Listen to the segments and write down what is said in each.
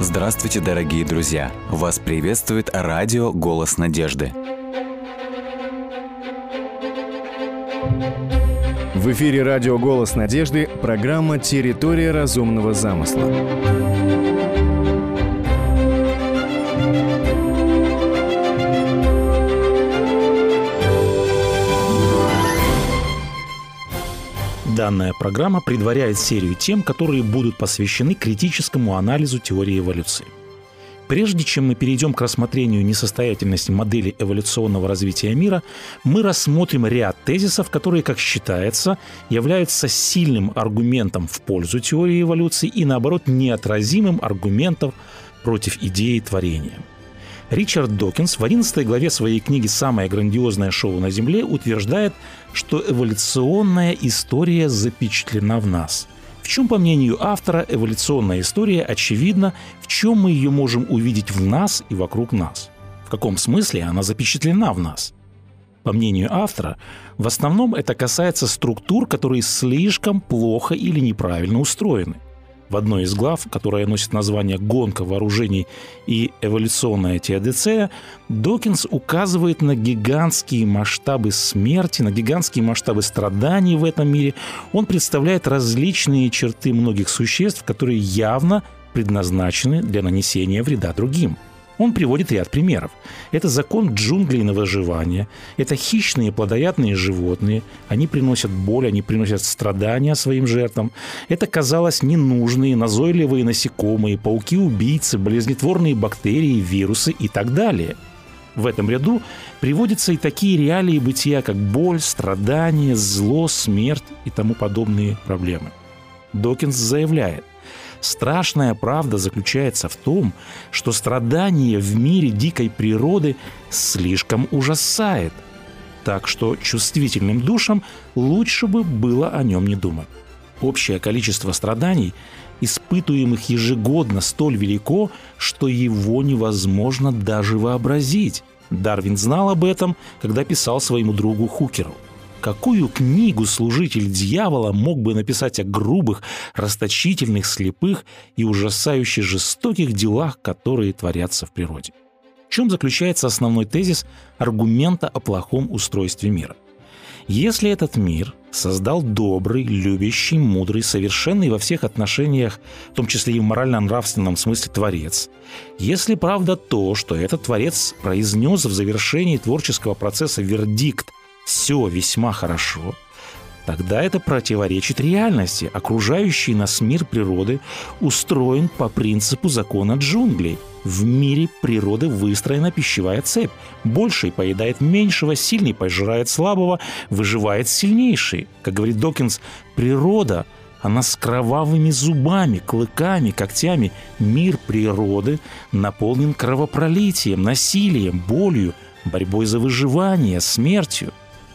Здравствуйте, дорогие друзья! Вас приветствует радио «Голос надежды». В эфире радио «Голос надежды» программа «Территория разумного замысла». Данная программа предваряет серию тем, которые будут посвящены критическому анализу теории эволюции. Прежде чем мы перейдем к рассмотрению несостоятельности модели эволюционного развития мира, мы рассмотрим ряд тезисов, которые, как считается, являются сильным аргументом в пользу теории эволюции и, наоборот, неотразимым аргументом против идеи творения. Ричард Докинс в 11 главе своей книги «Самое грандиозное шоу на Земле» утверждает, что эволюционная история запечатлена в нас. В чем, по мнению автора, эволюционная история очевидна, в чем мы ее можем увидеть в нас и вокруг нас? В каком смысле она запечатлена в нас? По мнению автора, в основном это касается структур, которые слишком плохо или неправильно устроены. В одной из глав, которая носит название «Гонка вооружений и эволюционная теодицея», Докинс указывает на гигантские масштабы смерти, на гигантские масштабы страданий в этом мире. Он представляет различные черты многих существ, которые явно предназначены для нанесения вреда другим. Он приводит ряд примеров. Это закон джунглей на выживание, это хищные плодоядные животные, они приносят боль, они приносят страдания своим жертвам. Это, казалось, ненужные, назойливые насекомые, пауки-убийцы, болезнетворные бактерии, вирусы и так далее. В этом ряду приводятся и такие реалии бытия, как боль, страдания, зло, смерть и тому подобные проблемы. Докинс заявляет: страшная правда заключается в том, что страдание в мире дикой природы слишком ужасает, так что чувствительным душам лучше бы было о нем не думать. Общее количество страданий, испытуемых ежегодно, столь велико, что его невозможно даже вообразить. Дарвин знал об этом, когда писал своему другу Хукеру. Какую книгу служитель дьявола мог бы написать о грубых, расточительных, слепых и ужасающе жестоких делах, которые творятся в природе? В чем заключается основной тезис аргумента о плохом устройстве мира? Если этот мир создал добрый, любящий, мудрый, совершенный во всех отношениях, в том числе и в морально-нравственном смысле, Творец, если правда то, что этот Творец произнес в завершении творческого процесса вердикт «все весьма хорошо», тогда это противоречит реальности. Окружающий нас мир природы устроен по принципу закона джунглей. В мире природы выстроена пищевая цепь. Больший поедает меньшего, сильный пожирает слабого, выживает сильнейший. Как говорит Докинс, природа, она с кровавыми зубами, клыками, когтями. Мир природы наполнен кровопролитием, насилием, болью, борьбой за выживание, смертью.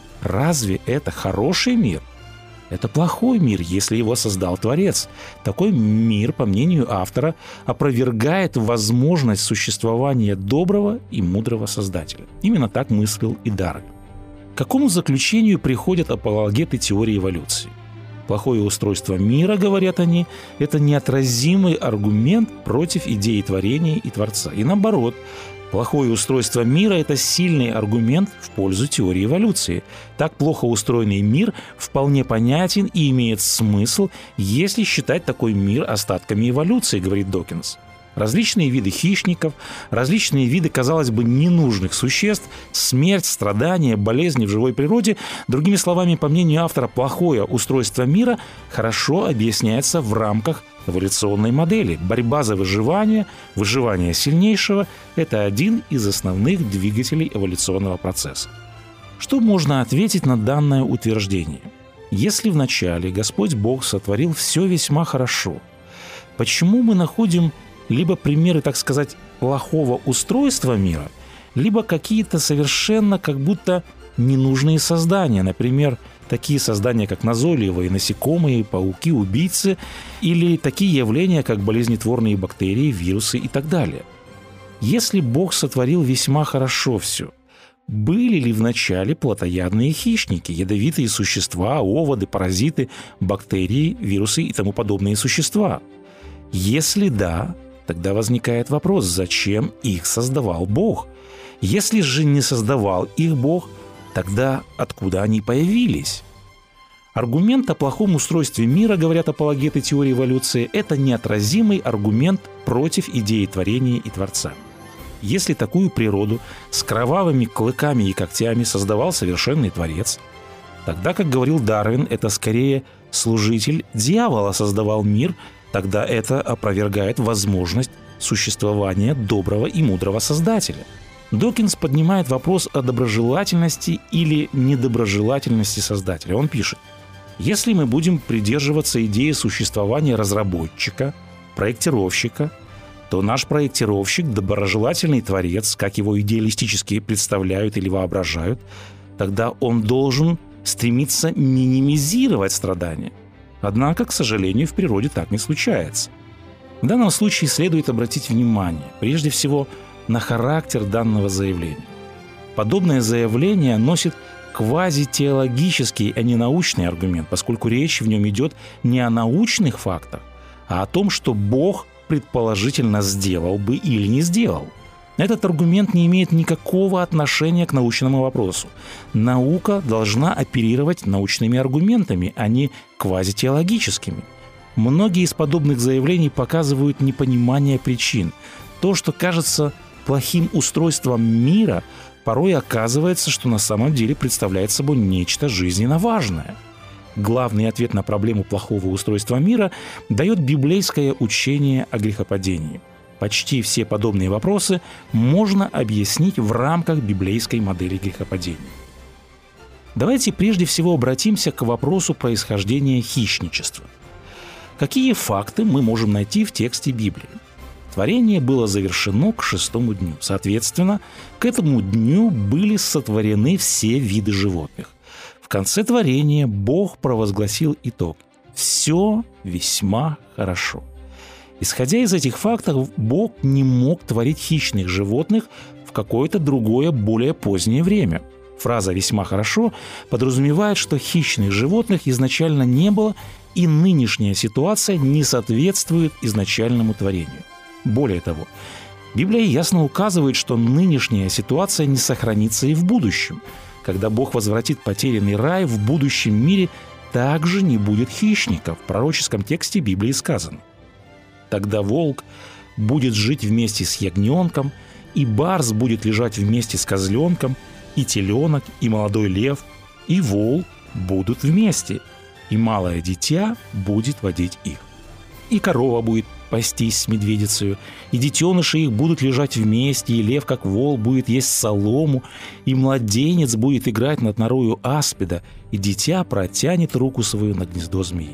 Разве это хороший мир? Это плохой мир, если его создал Творец. Такой мир, по мнению автора, опровергает возможность существования доброго и мудрого Создателя. Именно так мыслил и Дарвин. К какому заключению приходят апологеты теории эволюции? Плохое устройство мира, говорят они, это неотразимый аргумент против идеи творения и Творца. И наоборот, плохое устройство мира – это сильный аргумент в пользу теории эволюции. Так плохо устроенный мир вполне понятен и имеет смысл, если считать такой мир остатками эволюции, говорит Докинс. Различные виды хищников, различные виды, казалось бы, ненужных существ, смерть, страдания, болезни в живой природе. Другими словами, по мнению автора, плохое устройство мира хорошо объясняется в рамках эволюционной модели. Борьба за выживание, выживание сильнейшего – это один из основных двигателей эволюционного процесса. Что можно ответить на данное утверждение? Если вначале Господь Бог сотворил все весьма хорошо, почему мы находим либо примеры, так сказать, плохого устройства мира, либо какие-то совершенно как будто ненужные создания, например, такие создания, как назойливые насекомые, пауки, убийцы, или такие явления, как болезнетворные бактерии, вирусы и так далее. Если Бог сотворил весьма хорошо все, были ли вначале плотоядные хищники, ядовитые существа, оводы, паразиты, бактерии, вирусы и тому подобные существа? Если да, Тогда возникает вопрос, зачем их создавал Бог? Если же не создавал их Бог, тогда откуда они появились? Аргумент о плохом устройстве мира, говорят апологеты теории эволюции, это неотразимый аргумент против идеи творения и Творца. Если такую природу с кровавыми клыками и когтями создавал совершенный Творец, тогда, как говорил Дарвин, это скорее служитель дьявола создавал мир, тогда это опровергает возможность существования доброго и мудрого Создателя. Докинс поднимает вопрос о доброжелательности или недоброжелательности Создателя. Он пишет: если мы будем придерживаться идеи существования разработчика, проектировщика, то наш проектировщик – доброжелательный творец, как его идеалистически представляют или воображают, тогда он должен стремиться минимизировать страдания. Однако, к сожалению, в природе так не случается. В данном случае следует обратить внимание, прежде всего, на характер данного заявления. Подобное заявление носит квазитеологический, а не научный аргумент, поскольку речь в нем идет не о научных фактах, а о том, что Бог предположительно сделал бы или не сделал. Этот аргумент не имеет никакого отношения к научному вопросу. Наука должна оперировать научными аргументами, а не квазитеологическими. Многие из подобных заявлений показывают непонимание причин. То, что кажется плохим устройством мира, порой оказывается, что на самом деле представляет собой нечто жизненно важное. Главный ответ на проблему плохого устройства мира дает библейское учение о грехопадении. Почти все подобные вопросы можно объяснить в рамках библейской модели грехопадения. Давайте прежде всего обратимся к вопросу происхождения хищничества. Какие факты мы можем найти в тексте Библии? Творение было завершено к 6-му дню. Соответственно, к этому дню были сотворены все виды животных. В конце творения Бог провозгласил итог: «Все весьма хорошо». Исходя из этих фактов, Бог не мог творить хищных животных в какое-то другое, более позднее время. Фраза «весьма хорошо» подразумевает, что хищных животных изначально не было, и нынешняя ситуация не соответствует изначальному творению. Более того, Библия ясно указывает, что нынешняя ситуация не сохранится и в будущем. Когда Бог возвратит потерянный рай, в будущем мире также не будет хищников. В пророческом тексте Библии сказано: «Тогда волк будет жить вместе с ягненком, и барс будет лежать вместе с козленком, и теленок, и молодой лев, и вол будут вместе, и малое дитя будет водить их. И корова будет пастись с медведицею, и детеныши их будут лежать вместе, и лев, как вол, будет есть солому, и младенец будет играть над норою аспида, и дитя протянет руку свою на гнездо змеи.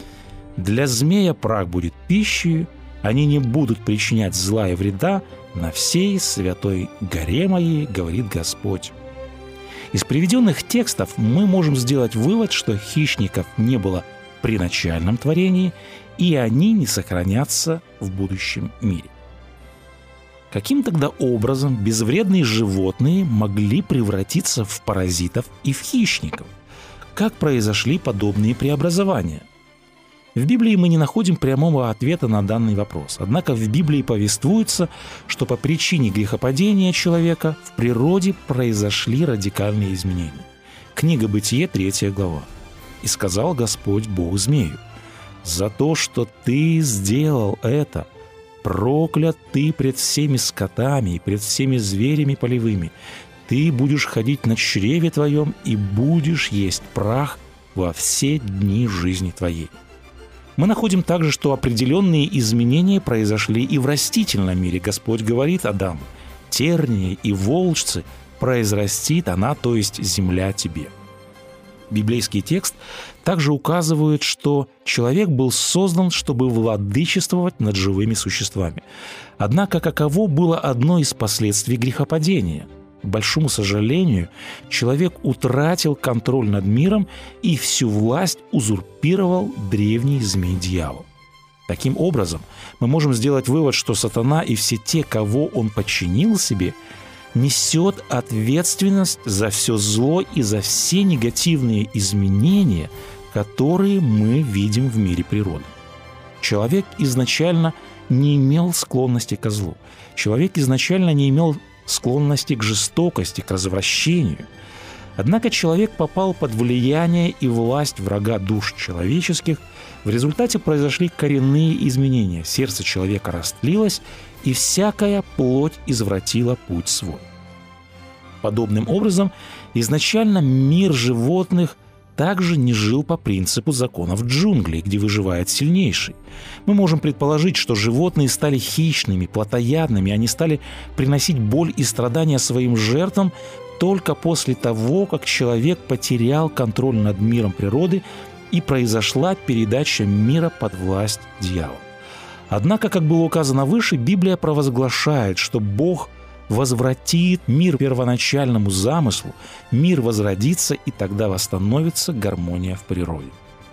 Для змея прах будет пищей, они не будут причинять зла и вреда на всей святой горе моей, говорит Господь». Из приведенных текстов мы можем сделать вывод, что хищников не было при начальном творении, и они не сохранятся в будущем мире. Каким тогда образом безвредные животные могли превратиться в паразитов и в хищников? Как произошли подобные преобразования? В Библии мы не находим прямого ответа на данный вопрос. Однако в Библии повествуется, что по причине грехопадения человека в природе произошли радикальные изменения. Книга Бытие, 3 глава. «И сказал Господь Бог змею: за то, что ты сделал это, проклят ты пред всеми скотами и пред всеми зверями полевыми. Ты будешь ходить на чреве твоем и будешь есть прах во все дни жизни твоей». Мы находим также, что определенные изменения произошли и в растительном мире. Господь говорит Адаму: «Тернии и волчцы произрастит она, то есть земля тебе». Библейский текст также указывает, что человек был создан, чтобы владычествовать над живыми существами. Однако каково было одно из последствий грехопадения? К большому сожалению, человек утратил контроль над миром и всю власть узурпировал древний змей-дьявол. Таким образом, мы можем сделать вывод, что сатана и все те, кого он подчинил себе, несет ответственность за все зло и за все негативные изменения, которые мы видим в мире природы. Человек изначально не имел склонности ко злу. Человек изначально не имел склонности к жестокости, к развращению. Однако человек попал под влияние и власть врага душ человеческих. В результате произошли коренные изменения. Сердце человека растлилось, и всякая плоть извратила путь свой. Подобным образом, изначально мир животных также не жил по принципу законов джунглей, где выживает сильнейший. Мы можем предположить, что животные стали хищными, плотоядными, они стали приносить боль и страдания своим жертвам только после того, как человек потерял контроль над миром природы и произошла передача мира под власть дьявола. Однако, как было указано выше, Библия провозглашает, что Бог возвратит мир первоначальному замыслу, мир возродится, и тогда восстановится гармония в природе.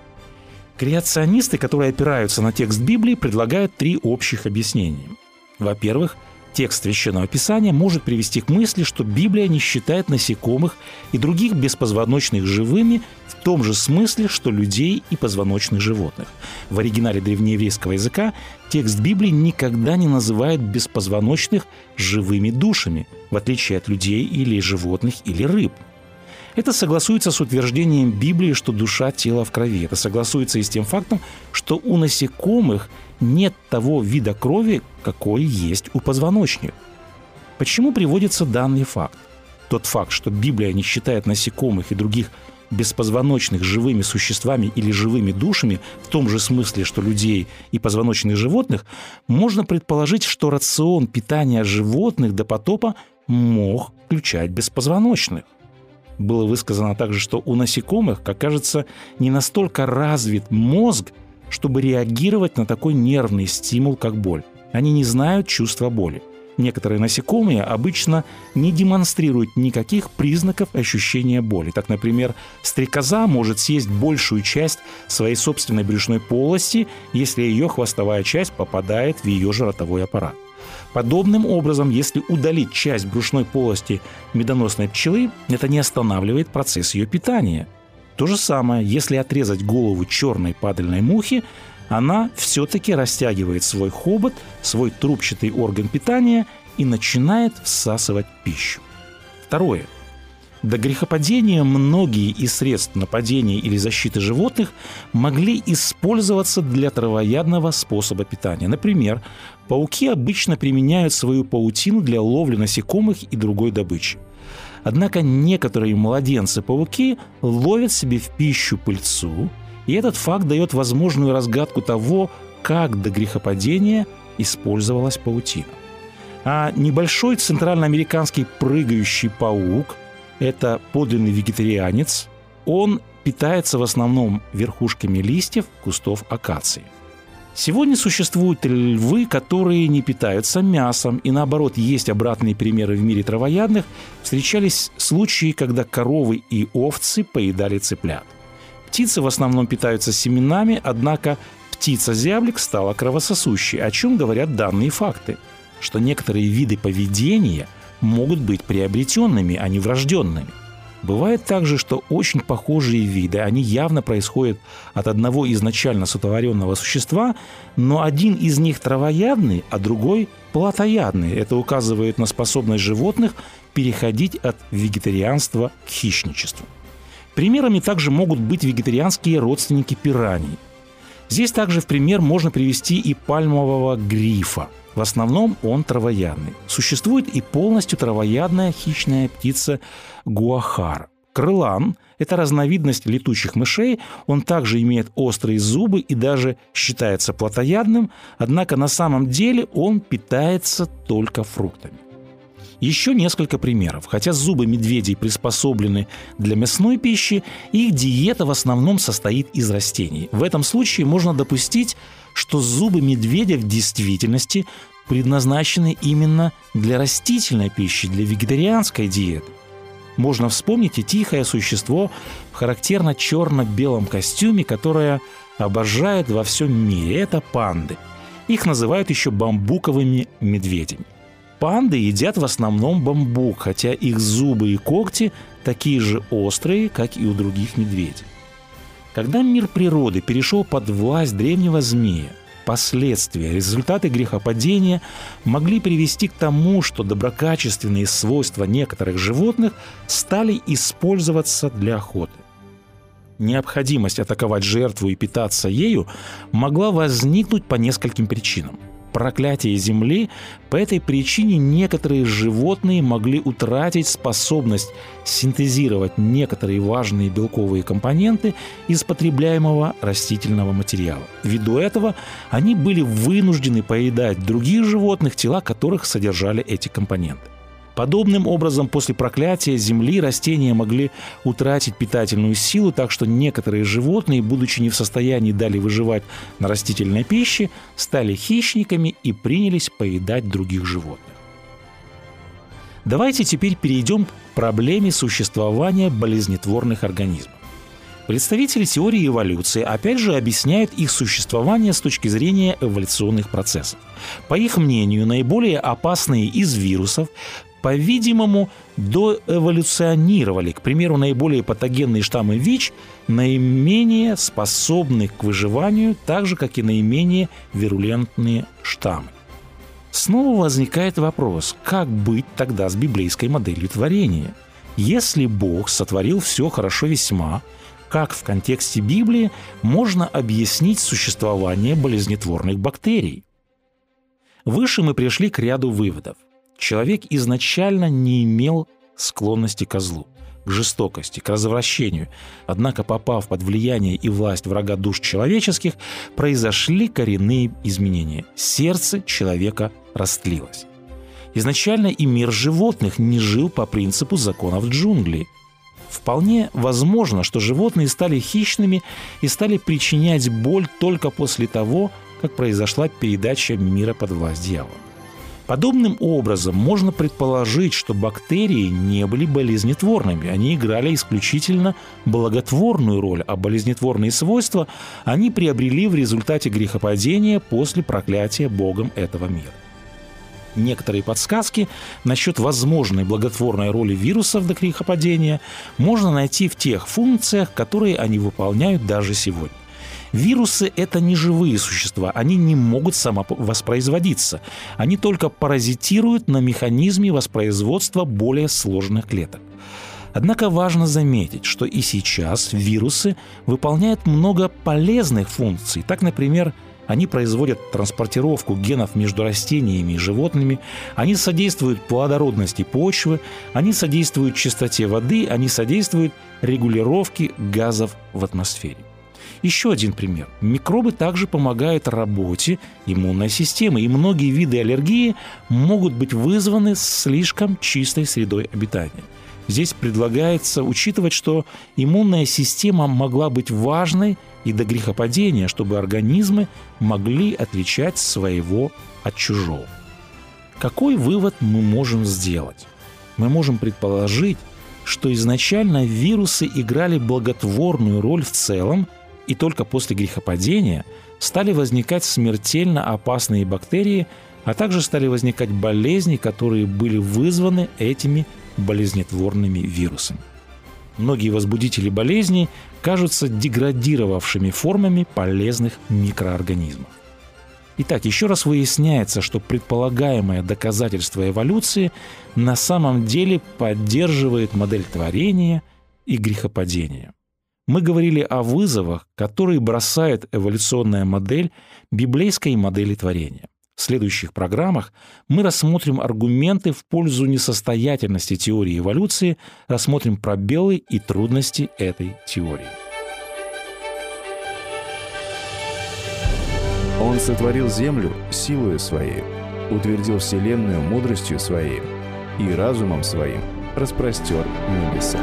Креационисты, которые опираются на текст Библии, предлагают три общих объяснения. Во-первых, текст Священного Писания может привести к мысли, что Библия не считает насекомых и других беспозвоночных живыми в том же смысле, что людей и позвоночных животных. В оригинале древнееврейского языка текст Библии никогда не называет беспозвоночных живыми душами, в отличие от людей или животных или рыб. Это согласуется с утверждением Библии, что душа – тело в крови. Это согласуется и с тем фактом, что у насекомых нет того вида крови, какой есть у позвоночных. Почему приводится данный факт? Тот факт, что Библия не считает насекомых и других беспозвоночных живыми существами или живыми душами в том же смысле, что людей и позвоночных животных, можно предположить, что рацион питания животных до потопа мог включать беспозвоночных. Было высказано также, что у насекомых, как кажется, не настолько развит мозг, чтобы реагировать на такой нервный стимул, как боль. Они не знают чувства боли. Некоторые насекомые обычно не демонстрируют никаких признаков ощущения боли. Так, например, стрекоза может съесть большую часть своей собственной брюшной полости, если ее хвостовая часть попадает в ее же ротовой аппарат. Подобным образом, если удалить часть брюшной полости медоносной пчелы, это не останавливает процесс ее питания. То же самое, если отрезать голову черной падальной мухи, она все-таки растягивает свой хобот, свой трубчатый орган питания и начинает всасывать пищу. Второе. До грехопадения многие из средств нападения или защиты животных могли использоваться для травоядного способа питания. Например, пауки обычно применяют свою паутину для ловли насекомых и другой добычи. Однако некоторые младенцы-пауки ловят себе в пищу пыльцу, и этот факт дает возможную разгадку того, как до грехопадения использовалась паутина. А небольшой центральноамериканский прыгающий паук – это подлинный вегетарианец. Он питается в основном верхушками листьев кустов акации. Сегодня существуют львы, которые не питаются мясом, и наоборот, есть обратные примеры в мире травоядных. Встречались случаи, когда коровы и овцы поедали цыплят. Птицы в основном питаются семенами, однако птица-зяблик стала кровососущей, о чем говорят данные факты, что некоторые виды поведения могут быть приобретенными, а не врожденными. Бывает также, что очень похожие виды, они явно происходят от одного изначально сотворенного существа, но один из них травоядный, а другой плотоядный. Это указывает на способность животных переходить от вегетарианства к хищничеству. Примерами также могут быть вегетарианские родственники пираний. Здесь также в пример можно привести и пальмового грифа. В основном он травоядный. Существует и полностью травоядная хищная птица гуахар. Крылан – это разновидность летучих мышей. Он также имеет острые зубы и даже считается плотоядным, однако на самом деле он питается только фруктами. Еще несколько примеров. Хотя зубы медведей приспособлены для мясной пищи, их диета в основном состоит из растений. В этом случае можно допустить, что зубы медведя в действительности предназначены именно для растительной пищи, для вегетарианской диеты. Можно вспомнить и тихое существо в характерно черно-белом костюме, которое обожает во всем мире. Это панды. Их называют еще бамбуковыми медведями. Панды едят в основном бамбук, хотя их зубы и когти такие же острые, как и у других медведей. Когда мир природы перешел под власть древнего змея, последствия, результаты грехопадения могли привести к тому, что доброкачественные свойства некоторых животных стали использоваться для охоты. Необходимость атаковать жертву и питаться ею могла возникнуть по нескольким причинам. Проклятие Земли, по этой причине некоторые животные могли утратить способность синтезировать некоторые важные белковые компоненты из потребляемого растительного материала. Ввиду этого они были вынуждены поедать других животных, тела которых содержали эти компоненты. Подобным образом, после проклятия Земли растения могли утратить питательную силу, так что некоторые животные, будучи не в состоянии далее выживать на растительной пище, стали хищниками и принялись поедать других животных. Давайте теперь перейдем к проблеме существования болезнетворных организмов. Представители теории эволюции опять же объясняют их существование с точки зрения эволюционных процессов. По их мнению, наиболее опасные из вирусов, по-видимому, доэволюционировали. К примеру, наиболее патогенные штаммы ВИЧ наименее способны к выживанию, так же, как и наименее вирулентные штаммы. Снова возникает вопрос, как быть тогда с библейской моделью творения? Если Бог сотворил все хорошо весьма, как в контексте Библии можно объяснить существование болезнетворных бактерий? Выше мы пришли к ряду выводов. Человек изначально не имел склонности ко злу, к жестокости, к развращению. Однако, попав под влияние и власть врага душ человеческих, произошли коренные изменения. Сердце человека растлилось. Изначально и мир животных не жил по принципу законов джунглей. Вполне возможно, что животные стали хищными и стали причинять боль только после того, как произошла передача мира под власть дьявола. Подобным образом можно предположить, что бактерии не были болезнетворными, они играли исключительно благотворную роль, а болезнетворные свойства они приобрели в результате грехопадения после проклятия Богом этого мира. Некоторые подсказки насчет возможной благотворной роли вирусов до грехопадения можно найти в тех функциях, которые они выполняют даже сегодня. Вирусы – это не живые существа, они не могут самовоспроизводиться. Они только паразитируют на механизме воспроизводства более сложных клеток. Однако важно заметить, что и сейчас вирусы выполняют много полезных функций. Так, например, они производят транспортировку генов между растениями и животными, они содействуют плодородности почвы, они содействуют чистоте воды, они содействуют регулировке газов в атмосфере. Еще один пример. Микробы также помогают работе иммунной системы, и многие виды аллергии могут быть вызваны слишком чистой средой обитания. Здесь предлагается учитывать, что иммунная система могла быть важной и до грехопадения, чтобы организмы могли отличать своего от чужого. Какой вывод мы можем сделать? Мы можем предположить, что изначально вирусы играли благотворную роль в целом, и только после грехопадения стали возникать смертельно опасные бактерии, а также стали возникать болезни, которые были вызваны этими болезнетворными вирусами. Многие возбудители болезней кажутся деградировавшими формами полезных микроорганизмов. Итак, еще раз выясняется, что предполагаемое доказательство эволюции на самом деле поддерживает модель творения и грехопадения. Мы говорили о вызовах, которые бросает эволюционная модель библейской модели творения. В следующих программах мы рассмотрим аргументы в пользу несостоятельности теории эволюции, рассмотрим пробелы и трудности этой теории. Он сотворил землю силою своей, утвердил вселенную мудростью своей и разумом своим распростер небеса.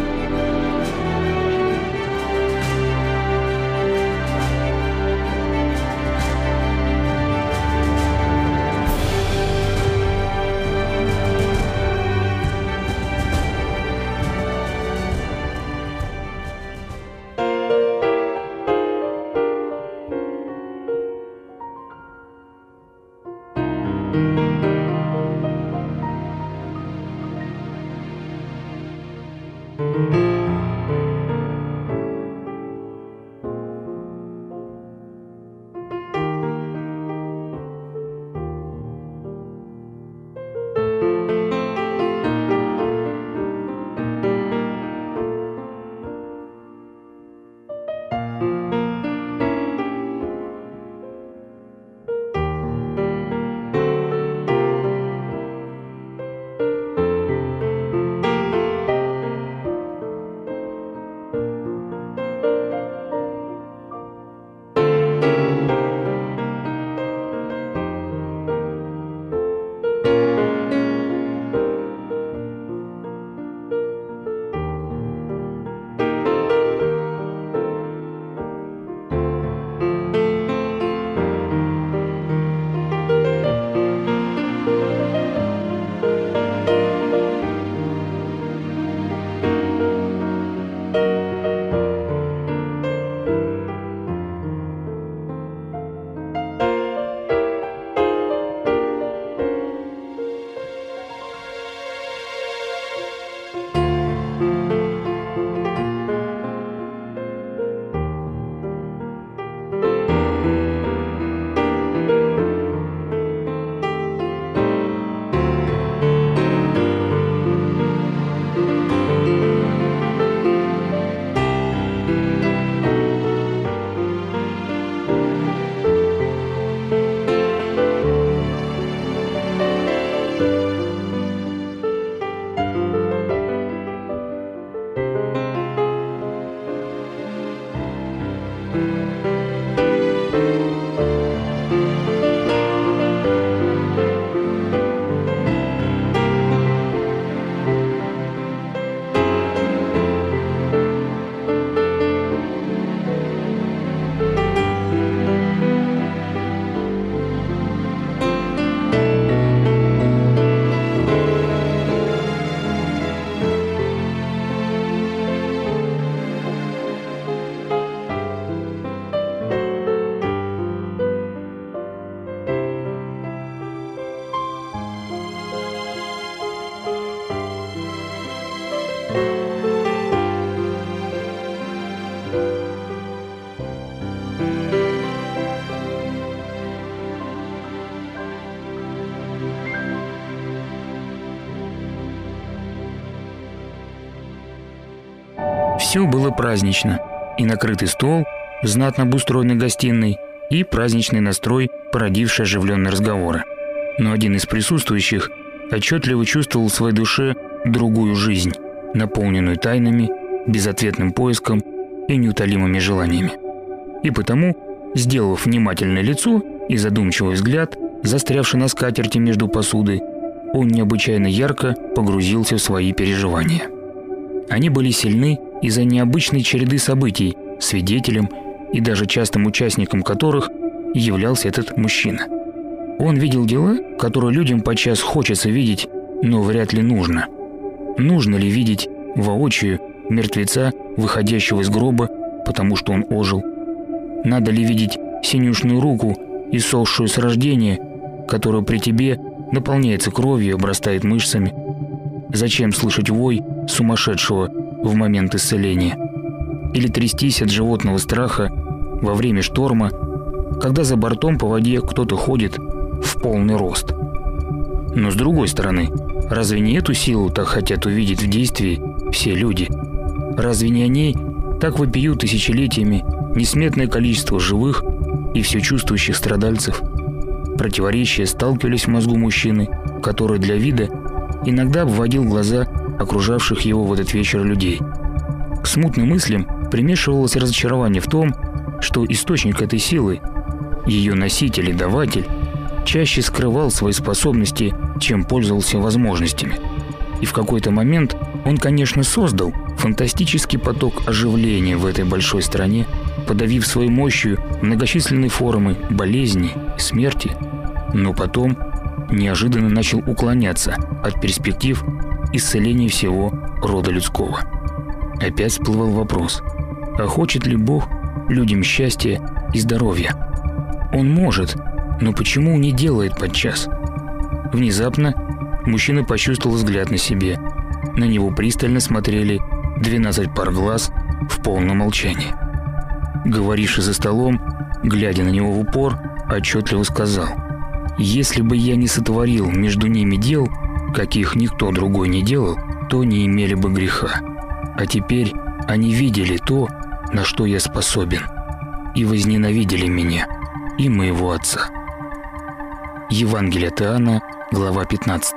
Все было празднично. И накрытый стол, знатно обустроенный гостиной, и праздничный настрой, породивший оживленные разговоры. Но один из присутствующих отчетливо чувствовал в своей душе другую жизнь, наполненную тайнами, безответным поиском и неутолимыми желаниями. И потому, сделав внимательное лицо и задумчивый взгляд, застрявший на скатерти между посудой, он необычайно ярко погрузился в свои переживания. Они были сильны из-за необычной череды событий, свидетелем и даже частым участником которых являлся этот мужчина. Он видел дела, которые людям подчас хочется видеть, но вряд ли нужно. Нужно ли видеть воочию мертвеца, выходящего из гроба, потому что он ожил? Надо ли видеть синюшную руку, иссохшую с рождения, которая при тебе наполняется кровью и обрастает мышцами? Зачем слышать вой сумасшедшего в момент исцеления? Или трястись от животного страха во время шторма, когда за бортом по воде кто-то ходит в полный рост? Но с другой стороны, разве не эту силу так хотят увидеть в действии все люди? Разве не о ней так вопиют тысячелетиями несметное количество живых и все чувствующих страдальцев? Противоречия сталкивались в мозгу мужчины, который для вида иногда обводил глаза окружавших его в этот вечер людей. К смутным мыслям примешивалось разочарование в том, что источник этой силы, ее носитель и даватель, чаще скрывал свои способности, чем пользовался возможностями. И в какой-то момент он, конечно, создал фантастический поток оживления в этой большой стране, подавив своей мощью многочисленные формы болезни и смерти, но потом неожиданно начал уклоняться от перспектив исцеления всего рода людского. Опять всплывал вопрос, а хочет ли Бог людям счастья и здоровья? Он может, но почему не делает подчас? Внезапно мужчина почувствовал взгляд на себе. На него пристально смотрели 12 пар глаз в полном молчании. Говоривший за столом, глядя на него в упор, отчетливо сказал: «Если бы я не сотворил между ними дел, каких никто другой не делал, то не имели бы греха. А теперь они видели то, на что я способен, и возненавидели меня и моего Отца». Евангелие от Иоанна, глава 15.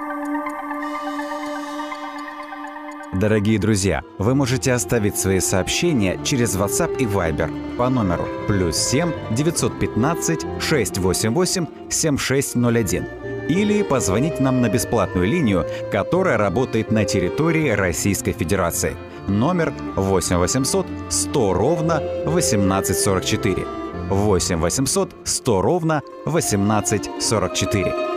Дорогие друзья, вы можете оставить свои сообщения через WhatsApp и Viber по номеру +7 915 688 7601 или позвонить нам на бесплатную линию, которая работает на территории Российской Федерации. Номер 8 800 100 ровно 1844. 8 800 100 ровно 1844.